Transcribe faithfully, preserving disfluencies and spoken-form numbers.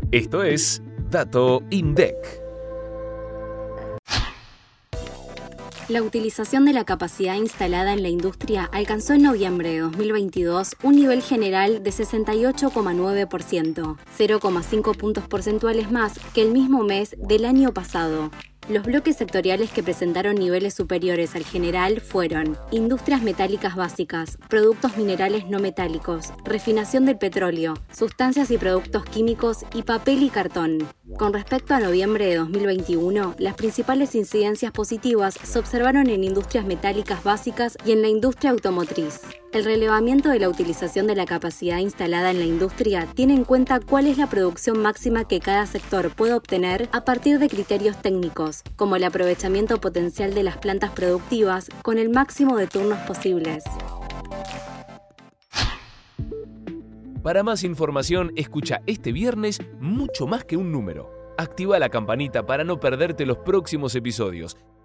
Esto es Dato INDEC. La utilización de la capacidad instalada en la industria alcanzó en noviembre de dos mil veintidós un nivel general de sesenta y ocho coma nueve por ciento, cero coma cinco puntos porcentuales más que el mismo mes del año pasado. Los bloques sectoriales que presentaron niveles superiores al general fueron industrias metálicas básicas, productos minerales no metálicos, refinación del petróleo, sustancias y productos químicos y papel y cartón. Con respecto a noviembre de dos mil veintiuno, las principales incidencias positivas se observaron en industrias metálicas básicas y en la industria automotriz. El relevamiento de la utilización de la capacidad instalada en la industria tiene en cuenta cuál es la producción máxima que cada sector puede obtener a partir de criterios técnicos, como el aprovechamiento potencial de las plantas productivas con el máximo de turnos posibles. Para más información, escucha este viernes Mucho Más que un Número. Activa la campanita para no perderte los próximos episodios